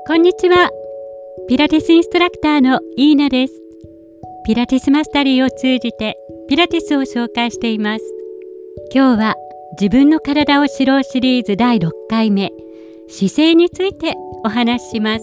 こんにちは。ピラティスインストラクターのイーナです。ピラティスマスタリーを通じてピラティスを紹介しています。今日は自分の体を知ろうシリーズ第6回目、姿勢についてお話しします。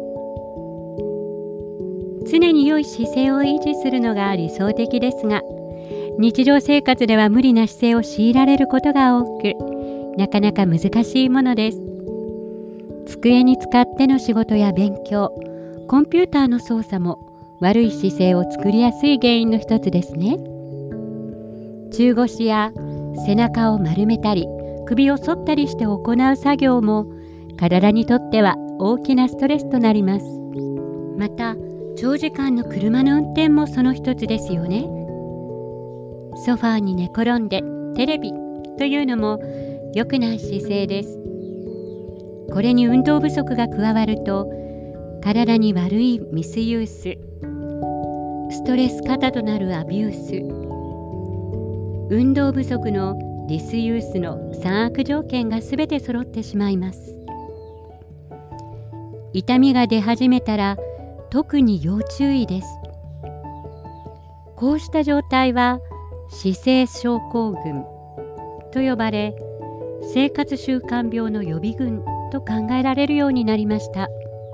常に良い姿勢を維持するのが理想的ですが、日常生活では無理な姿勢を強いられることが多く、なかなか難しいものです。机に使っての仕事や勉強、コンピューターの操作も悪い姿勢を作りやすい原因の一つですね。中腰や背中を丸めたり、首を反ったりして行う作業も体にとっては大きなストレスとなります。また、長時間の車の運転もその一つですよね。ソファーに寝転んでテレビというのも良くない姿勢です。これに運動不足が加わると、体に悪いミスユース、ストレス過多となるアビュース、運動不足のディスユースの3悪条件がすべて揃ってしまいます。痛みが出始めたら特に要注意です。こうした状態は姿勢症候群と呼ばれ、生活習慣病の予備軍と考えられるようになりました。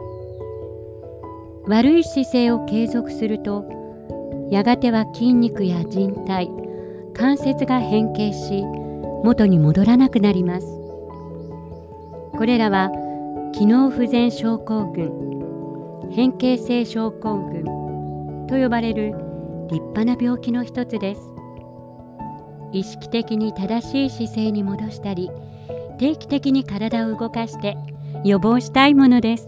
悪い姿勢を継続すると、やがては筋肉や靭帯、関節が変形し、元に戻らなくなります。これらは機能不全症候群、変形性症候群と呼ばれる立派な病気の一つです。意識的に正しい姿勢に戻したり、定期的に体を動かして予防したいものです。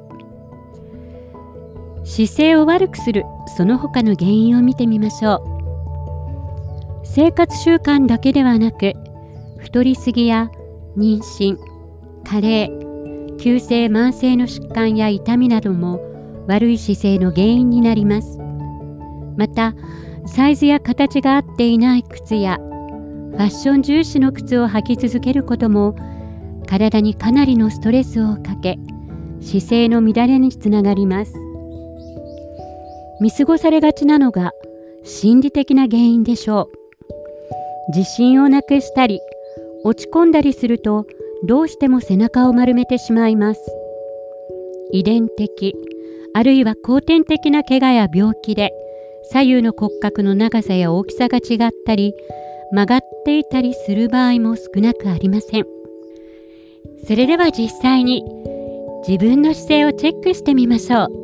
姿勢を悪くするその他の原因を見てみましょう。生活習慣だけではなく、太りすぎや妊娠、加齢、急性慢性の疾患や痛みなども悪い姿勢の原因になります。また、サイズや形が合っていない靴やファッション重視の靴を履き続けることも体にかなりのストレスをかけ、姿勢の乱れにつながります。見過ごされがちなのが心理的な原因でしょう。自信をなくしたり落ち込んだりすると、どうしても背中を丸めてしまいます。遺伝的あるいは後天的な怪我や病気で左右の骨格の長さや大きさが違ったり曲がっていたりする場合も少なくありません。それでは実際に自分の姿勢をチェックしてみましょ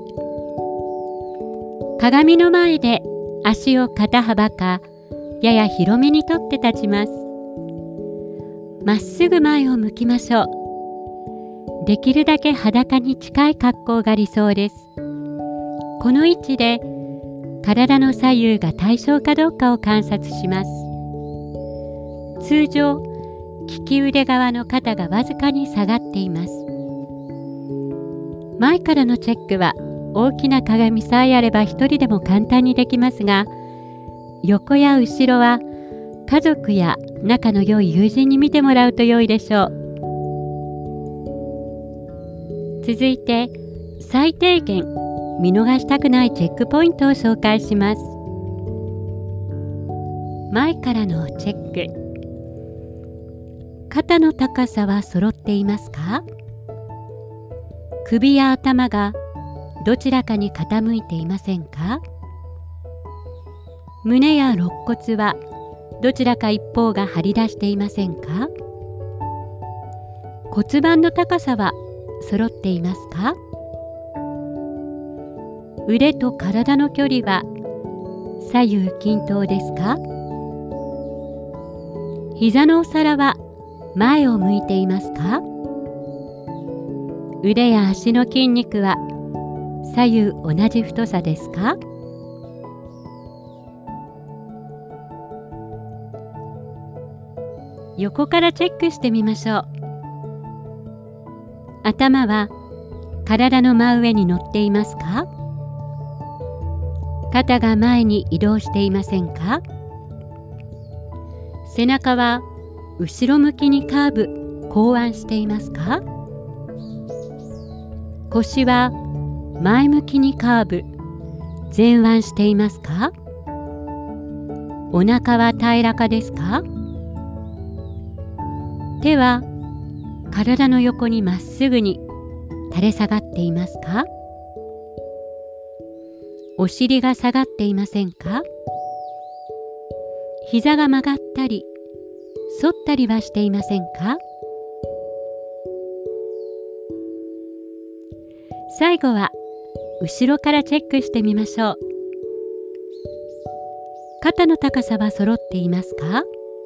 う。鏡の前で足を肩幅かやや広めにとって立ちます。まっすぐ前を向きましょう。できるだけ裸に近い格好が理想です。この位置で体の左右が対称かどうかを観察します。通常、利き腕側の肩がわずかに下がっています。前からのチェックは大きな鏡さえあれば一人でも簡単にできますが、横や後ろは家族や仲の良い友人に見てもらうと良いでしょう。続いて、最低限見逃したくないチェックポイントを紹介します。前からのチェック。肩の高さは揃っていますか？首や頭がどちらかに傾いていませんか？胸や肋骨はどちらか一方が張り出していませんか？骨盤の高さは揃っていますか？腕と体の距離は左右均等ですか？膝のお皿は前を向いていますか？腕や足の筋肉は左右同じ太さですか？横からチェックしてみましょう。頭は体の真上に乗っていますか？肩が前に移動していませんか？背中は後ろ向きにカーブ、後腕していますか？ 腰は前向きにカーブ、前腕していますか？お腹は平らかですか？手は体の横にまっすぐに垂れ下がっていますか？お尻が下がっていませんか？膝が曲がったり反ったりはしていませんか？最後は後ろからチェックしてみましょう。肩の高さは揃っていますか？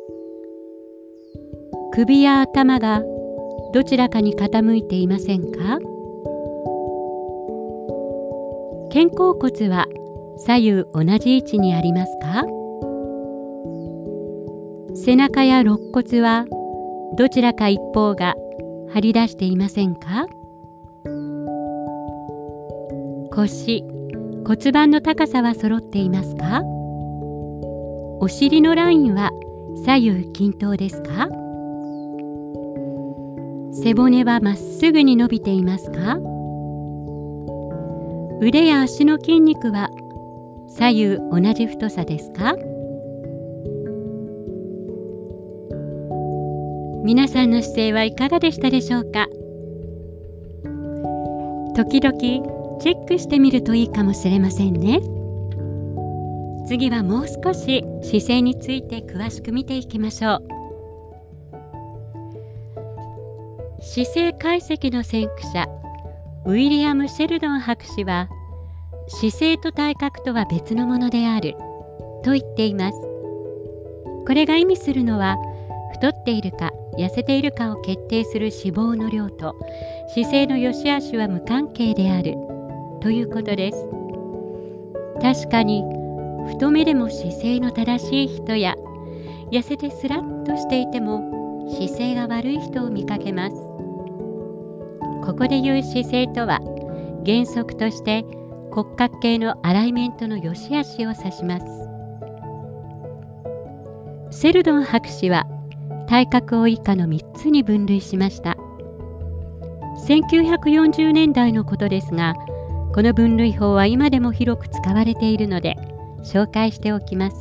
首や頭がどちらかに傾いていませんか？肩甲骨は左右同じ位置にありますか？背中や肋骨はどちらか一方が張り出していませんか？腰、骨盤の高さは揃っていますか？お尻のラインは左右均等ですか？背骨はまっすぐに伸びていますか？腕や足の筋肉は左右同じ太さですか？皆さんの姿勢はいかがでしたでしょうか？時々チェックしてみるといいかもしれませんね。次はもう少し姿勢について詳しく見ていきましょう。姿勢解析の先駆者ウィリアム・シェルドン博士は、姿勢と体格とは別のものであると言っています。これが意味するのは、太っているか痩せているかを決定する脂肪の量と姿勢の良し悪しは無関係であるということです。確かに太めでも姿勢の正しい人や、痩せてスラッとしていても姿勢が悪い人を見かけます。ここでいう姿勢とは、原則として骨格系のアライメントの良し悪しを指します。セルドン博士は体格を以下の3つに分類しました。1940年代のことですが、この分類法は今でも広く使われているので紹介しておきます。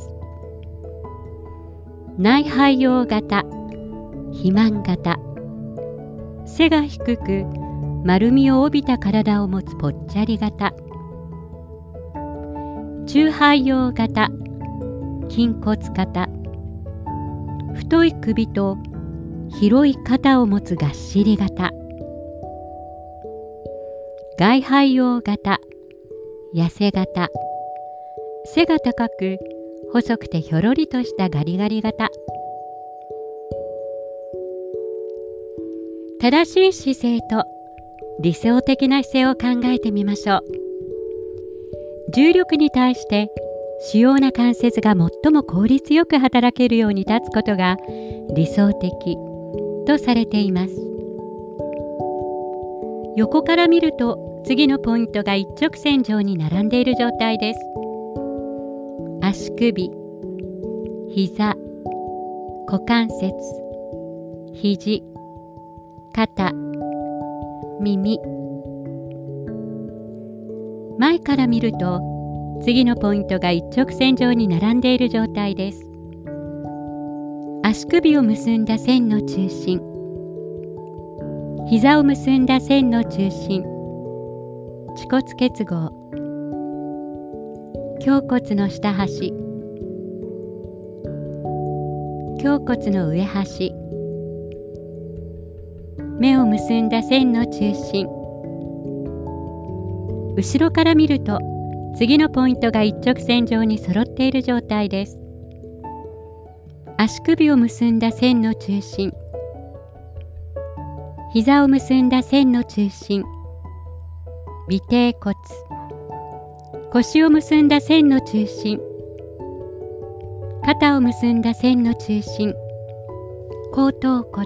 内肺葉型、肥満型、背が低く丸みを帯びた体を持つぽっちゃり型、中肺葉型、筋骨型、太い首と広い肩を持つがっしり型、外肺葉型、痩せ型、背が高く細くてひょろりとしたガリガリ型。正しい姿勢と理想的な姿勢を考えてみましょう。重力に対して主要な関節が最も効率よく働けるように立つことが理想的とされています。横から見ると次のポイントが一直線上に並んでいる状態です。足首、膝、股関節、肘、肩、耳。前から見ると次のポイントが一直線上に並んでいる状態です。足首を結んだ線の中心、膝を結んだ線の中心、恥骨結合、胸骨の下端、胸骨の上端、目を結んだ線の中心。後ろから見ると次のポイントが一直線上に揃っている状態です。足首を結んだ線の中心、膝を結んだ線の中心、尾てい骨、腰を結んだ線の中心、肩を結んだ線の中心、後頭骨。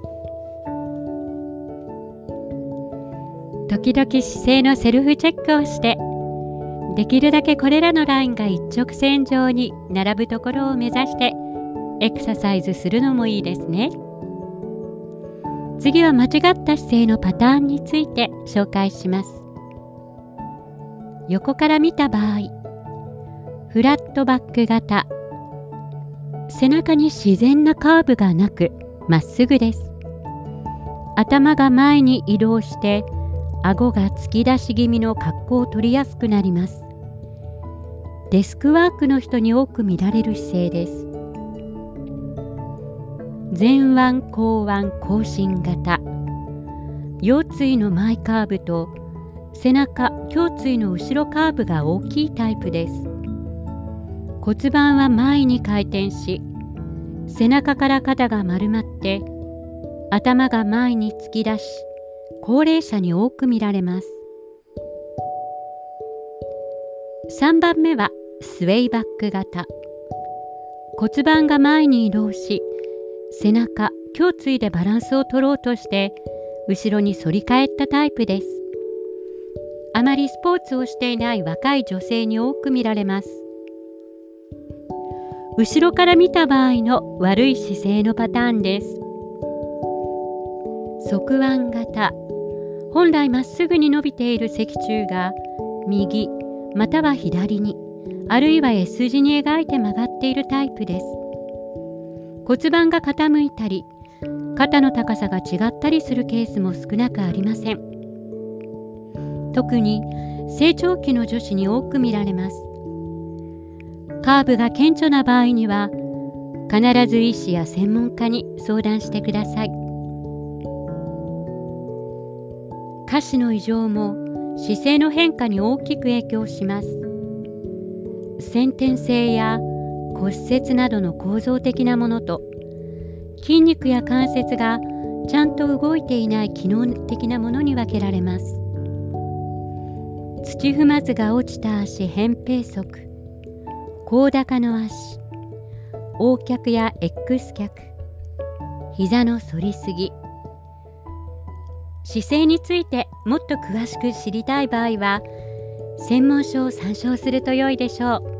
時々姿勢のセルフチェックをして、できるだけこれらのラインが一直線上に並ぶところを目指してエクササイズするのもいいですね。 次は間違った姿勢のパターンについて紹介します。横から見た場合、フラットバック型、背中に自然なカーブがなくまっすぐです。頭が前に移動して顎が突き出し気味の格好を取りやすくなります。デスクワークの人に多く見られる姿勢です。前腕後腕後伸型、腰椎の前カーブと背中胸椎の後ろカーブが大きいタイプです。骨盤は前に回転し、背中から肩が丸まって頭が前に突き出し、高齢者に多く見られます。3番目はスウェイバック型、骨盤が前に移動し、背中胸椎でバランスを取ろうとして後ろに反り返ったタイプです。あまりスポーツをしていない若い女性に多く見られます。後ろから見た場合の悪い姿勢のパターンです。側腕型、本来まっすぐに伸びている脊柱が右または左に、あるいは S 字に描いて曲がっているタイプです。骨盤が傾いたり、肩の高さが違ったりするケースも少なくありません。特に成長期の女子に多く見られます。カーブが顕著な場合には、必ず医師や専門家に相談してください。下肢の異常も姿勢の変化に大きく影響します。先天性や骨折などの構造的なものと、筋肉や関節がちゃんと動いていない機能的なものに分けられます。土踏まずが落ちた足扁平足、高高の足、横脚や X 脚、膝の反りすぎ。姿勢についてもっと詳しく知りたい場合は、専門書を参照すると良いでしょう。